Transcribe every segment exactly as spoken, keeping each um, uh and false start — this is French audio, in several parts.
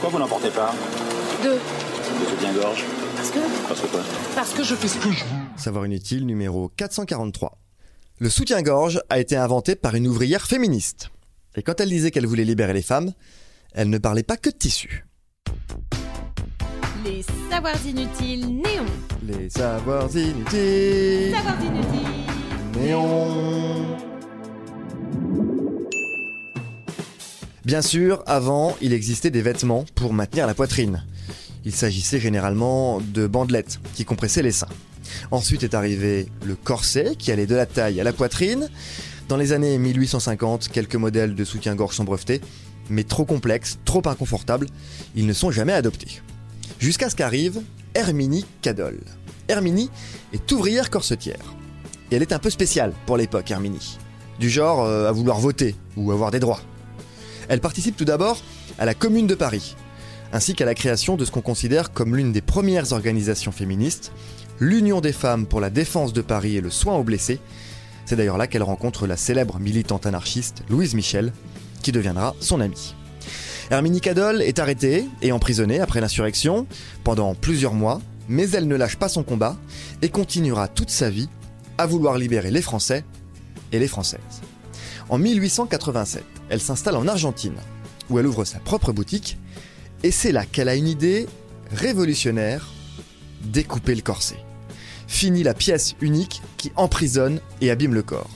Pourquoi vous n'en portez pas? Deux. De soutien-gorge. Parce que... Parce que quoi? Parce que je fais ce que je veux. Savoir inutile numéro quatre cent quarante-trois. Le soutien-gorge a été inventé par une ouvrière féministe. Et quand elle disait qu'elle voulait libérer les femmes, elle ne parlait pas que de tissu. Les savoirs inutiles néons. Les savoirs inutiles. Savoirs inutiles néons. Bien sûr, avant, il existait des vêtements pour maintenir la poitrine. Il s'agissait généralement de bandelettes qui compressaient les seins. Ensuite est arrivé le corset qui allait de la taille à la poitrine. Dans les années mille huit cent cinquante, quelques modèles de soutien-gorge sont brevetés, mais trop complexes, trop inconfortables, ils ne sont jamais adoptés. Jusqu'à ce qu'arrive Herminie Cadol. Herminie est ouvrière corsetière. Et elle est un peu spéciale pour l'époque, Herminie. Du genre euh, à vouloir voter ou avoir des droits. Elle participe tout d'abord à la Commune de Paris, ainsi qu'à la création de ce qu'on considère comme l'une des premières organisations féministes, l'Union des femmes pour la défense de Paris et le soin aux blessés. C'est d'ailleurs là qu'elle rencontre la célèbre militante anarchiste Louise Michel, qui deviendra son amie. Herminie Cadol est arrêtée et emprisonnée après l'insurrection pendant plusieurs mois, mais elle ne lâche pas son combat et continuera toute sa vie à vouloir libérer les Français et les Françaises. En mille huit cent quatre-vingt-sept, elle s'installe en Argentine, où elle ouvre sa propre boutique, et c'est là qu'elle a une idée révolutionnaire: découper le corset. Fini la pièce unique qui emprisonne et abîme le corps.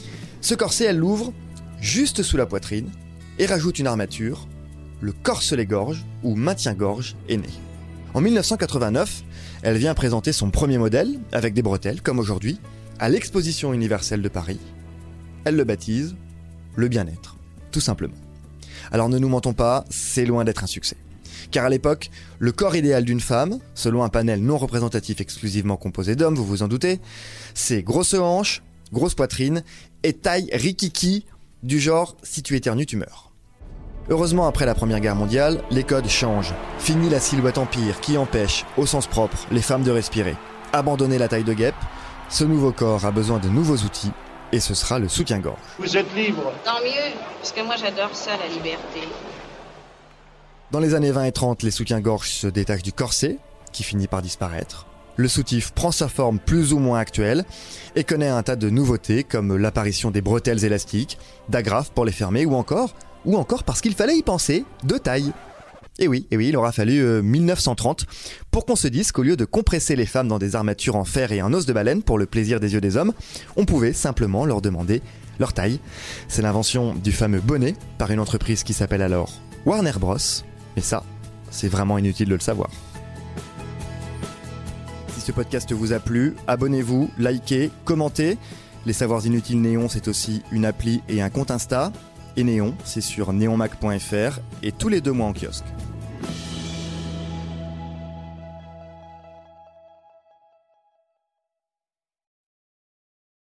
Ce corset, elle l'ouvre juste sous la poitrine et rajoute une armature, le corselet-gorge ou maintien-gorge est né. En mille neuf cent quatre-vingt-neuf, elle vient présenter son premier modèle, avec des bretelles comme aujourd'hui, à l'Exposition universelle de Paris. Elle le baptise le bien-être, tout simplement. Alors ne nous mentons pas, c'est loin d'être un succès. Car à l'époque, le corps idéal d'une femme, selon un panel non représentatif exclusivement composé d'hommes, vous vous en doutez, c'est grosse hanche, grosse poitrine et taille rikiki, du genre si tu éternues tu meurs. Heureusement, après la Première Guerre mondiale, les codes changent. Fini la silhouette empire qui empêche, au sens propre, les femmes de respirer. Abandonnez la taille de guêpe, ce nouveau corps a besoin de nouveaux outils, et ce sera le soutien-gorge. Vous êtes libre. Tant mieux, parce que moi j'adore ça, la liberté. Dans les années vingt et trente, les soutiens-gorge se détachent du corset, qui finit par disparaître. Le soutif prend sa forme plus ou moins actuelle et connaît un tas de nouveautés comme l'apparition des bretelles élastiques, d'agrafes pour les fermer ou encore, ou encore parce qu'il fallait y penser, de taille. Et oui, et oui, il aura fallu euh, mille neuf cent trente pour qu'on se dise qu'au lieu de compresser les femmes dans des armatures en fer et en os de baleine pour le plaisir des yeux des hommes, on pouvait simplement leur demander leur taille. C'est l'invention du fameux bonnet par une entreprise qui s'appelle alors Warner Bros. Mais ça, c'est vraiment inutile de le savoir. Si ce podcast vous a plu, abonnez-vous, likez, commentez. Les Savoirs Inutiles Néon, c'est aussi une appli et un compte Insta. Et Néon, c'est sur néonmac point f r et tous les deux mois en kiosque.